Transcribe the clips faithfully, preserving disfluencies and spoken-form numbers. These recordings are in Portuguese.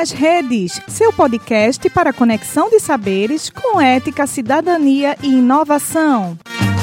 nas Redes, seu podcast para conexão de saberes com ética, cidadania e inovação.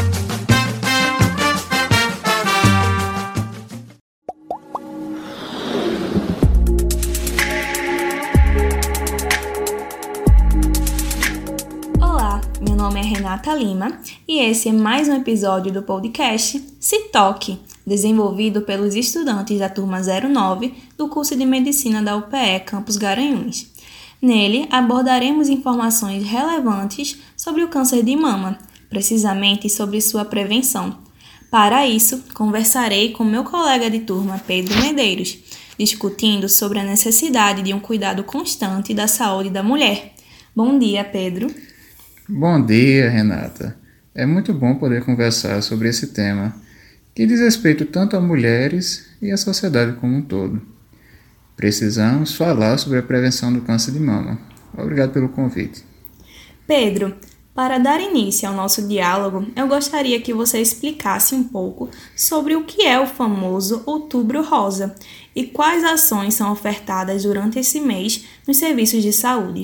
Olá, meu nome é Renata Lima e esse é mais um episódio do podcast Se Toque, desenvolvido pelos estudantes da turma zero nove do curso de Medicina da U P E Campus Garanhuns. Nele, abordaremos informações relevantes sobre o câncer de mama, precisamente sobre sua prevenção. Para isso, conversarei com meu colega de turma, Pedro Medeiros, discutindo sobre a necessidade de um cuidado constante da saúde da mulher. Bom dia, Pedro. Bom dia, Renata. É muito bom poder conversar sobre esse tema, que diz respeito tanto a mulheres e à sociedade como um todo. Precisamos falar sobre a prevenção do câncer de mama. Obrigado pelo convite. Pedro, para dar início ao nosso diálogo, eu gostaria que você explicasse um pouco sobre o que é o famoso Outubro Rosa e quais ações são ofertadas durante esse mês nos serviços de saúde.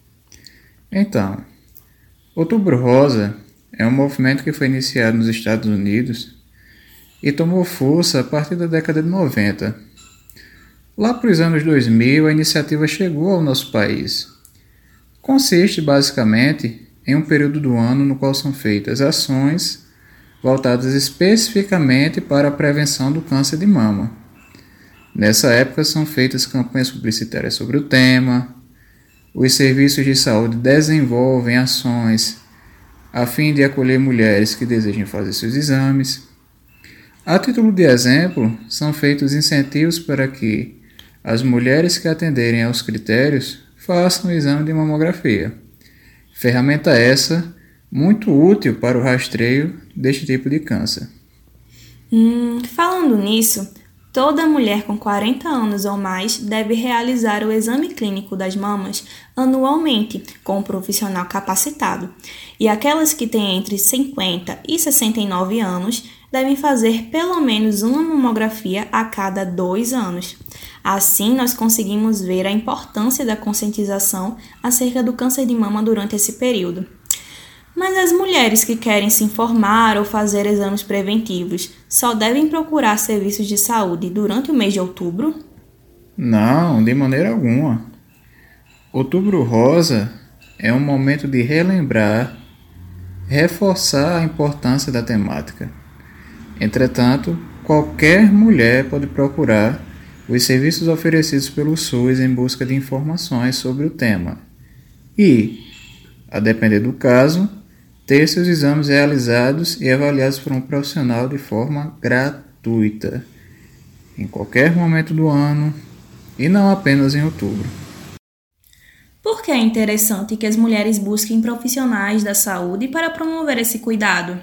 Então, Outubro Rosa é um movimento que foi iniciado nos Estados Unidos e tomou força a partir da década de noventa. Lá para os anos dois mil, a iniciativa chegou ao nosso país. Consiste, basicamente, em um período do ano no qual são feitas ações voltadas especificamente para a prevenção do câncer de mama. Nessa época são feitas campanhas publicitárias sobre o tema. Os serviços de saúde desenvolvem ações a fim de acolher mulheres que desejem fazer seus exames. A título de exemplo, são feitos incentivos para que as mulheres que atenderem aos critérios façam o exame de mamografia. Ferramenta essa muito útil para o rastreio deste tipo de câncer. Hum, falando nisso, toda mulher com quarenta anos ou mais deve realizar o exame clínico das mamas anualmente com um profissional capacitado. E aquelas que têm entre cinquenta e sessenta e nove anos devem fazer pelo menos uma mamografia a cada dois anos. Assim, nós conseguimos ver a importância da conscientização acerca do câncer de mama durante esse período. Mas as mulheres que querem se informar ou fazer exames preventivos só devem procurar serviços de saúde durante o mês de outubro? Não, de maneira alguma. Outubro Rosa é um momento de relembrar, reforçar a importância da temática. Entretanto, qualquer mulher pode procurar os serviços oferecidos pelo SUS em busca de informações sobre o tema e, a depender do caso, ter seus exames realizados e avaliados por um profissional de forma gratuita, em qualquer momento do ano e não apenas em outubro. Por que é interessante que as mulheres busquem profissionais da saúde para promover esse cuidado?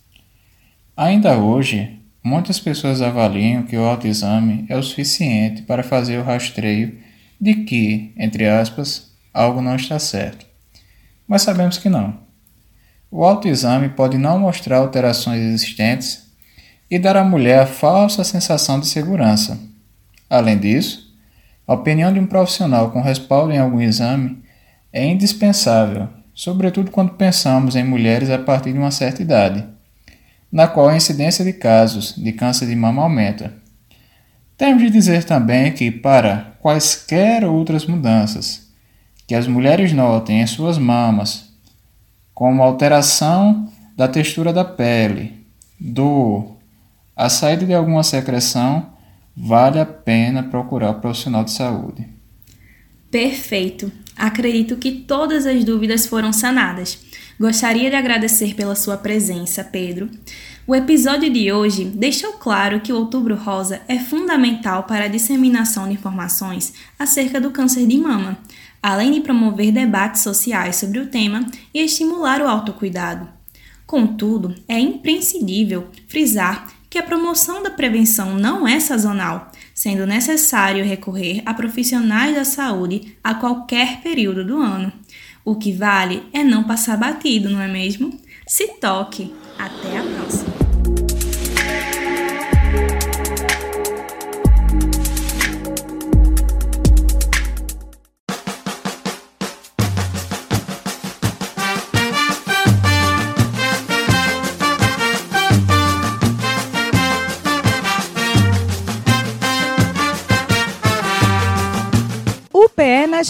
Ainda hoje, muitas pessoas avaliam que o autoexame é o suficiente para fazer o rastreio de que, entre aspas, algo não está certo. Mas sabemos que não. O autoexame pode não mostrar alterações existentes e dar à mulher a falsa sensação de segurança. Além disso, a opinião de um profissional com respaldo em algum exame é indispensável, sobretudo quando pensamos em mulheres a partir de uma certa idade, na qual a incidência de casos de câncer de mama aumenta. Temos de dizer também que, para quaisquer outras mudanças que as mulheres notem em suas mamas, como alteração da textura da pele, dor, a saída de alguma secreção, vale a pena procurar o profissional de saúde. Perfeito! Acredito que todas as dúvidas foram sanadas. Gostaria de agradecer pela sua presença, Pedro. O episódio de hoje deixou claro que o Outubro Rosa é fundamental para a disseminação de informações acerca do câncer de mama, além de promover debates sociais sobre o tema e estimular o autocuidado. Contudo, é imprescindível frisar que a promoção da prevenção não é sazonal, sendo necessário recorrer a profissionais da saúde a qualquer período do ano. O que vale é não passar batido, não é mesmo? Se toque! Até a próxima!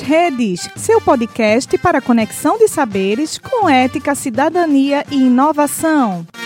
Redes, seu podcast para conexão de saberes com ética, cidadania e inovação.